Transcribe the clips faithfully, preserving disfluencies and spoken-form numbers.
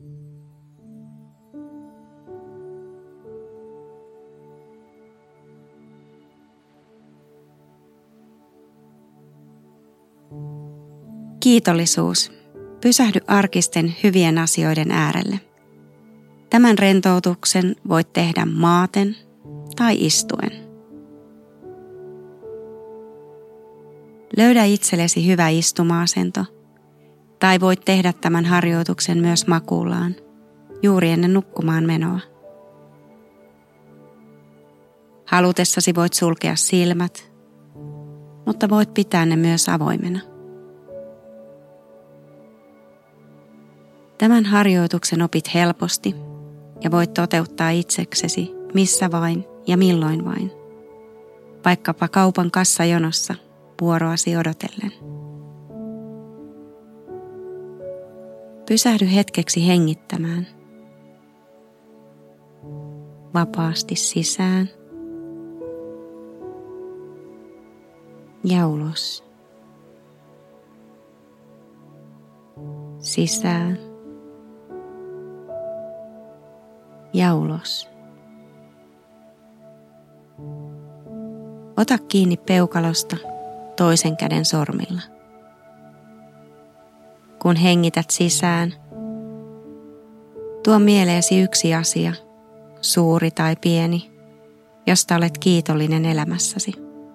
Kiitollisuus. Pysähdy arkisten hyvien asioiden äärelle. Tämän rentoutuksen voit tehdä maaten tai istuen. Löydä itsellesi hyvä istuma-asento, tai voit tehdä tämän harjoituksen myös makuullaan, juuri ennen nukkumaan menoa. Halutessasi voit sulkea silmät, mutta voit pitää ne myös avoimena. Tämän harjoituksen opit helposti ja voit toteuttaa itseksesi missä vain ja milloin vain, vaikkapa kaupan kassajonossa vuoroasi odotellen. Pysähdy hetkeksi hengittämään. Vapaasti sisään ja ulos. Sisään ja ulos. Ota kiinni peukalosta toisen käden sormilla. Kun hengität sisään, tuo mieleesi yksi asia, suuri tai pieni, josta olet kiitollinen elämässäsi.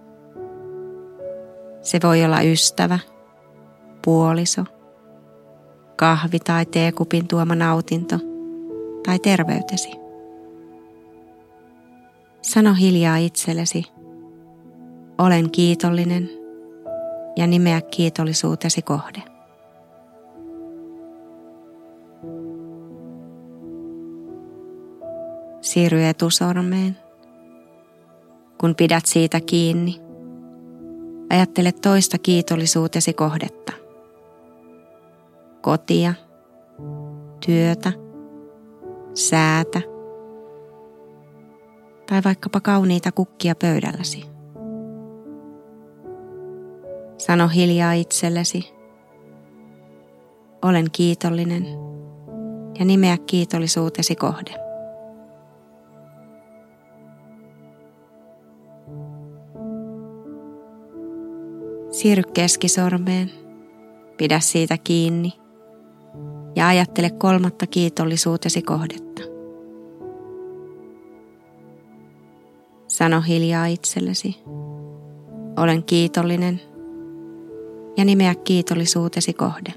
Se voi olla ystävä, puoliso, kahvi tai teekupin tuoma nautinto tai terveytesi. Sano hiljaa itsellesi, olen kiitollinen, ja nimeä kiitollisuutesi kohde. Siirry etusormeen. Kun pidät siitä kiinni, ajattele toista kiitollisuutesi kohdetta. Kotia, työtä, säätä tai vaikkapa kauniita kukkia pöydälläsi. Sano hiljaa itsellesi, olen kiitollinen, ja nimeä kiitollisuutesi kohde. Siirry keskisormeen, pidä siitä kiinni ja ajattele kolmatta kiitollisuutesi kohdetta. Sano hiljaa itsellesi, olen kiitollinen, ja nimeä kiitollisuutesi kohde.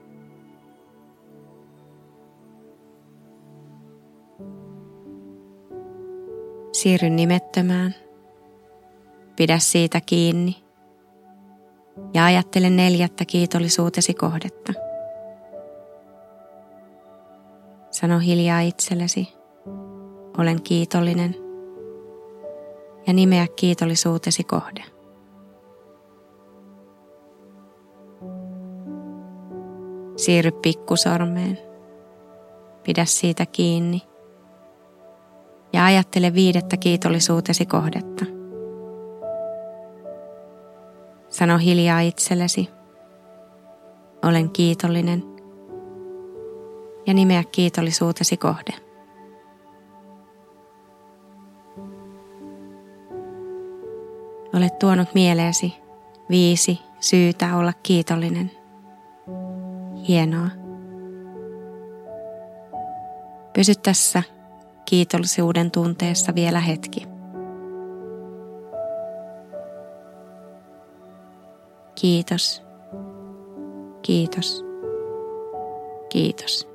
Siirry nimettömään, pidä siitä kiinni ja ajattele neljättä kiitollisuutesi kohdetta. Sano hiljaa itsellesi, olen kiitollinen, ja nimeä kiitollisuutesi kohde. Siirry pikkusormeen, pidä siitä kiinni ja ajattele viidettä kiitollisuutesi kohdetta. Sano hiljaa itsellesi, olen kiitollinen, ja nimeä kiitollisuutesi kohde. Olet tuonut mieleesi viisi syytä olla kiitollinen. Hienoa. Pysy tässä kiitollisuuden tunteessa vielä hetki. Kiitos, kiitos, kiitos.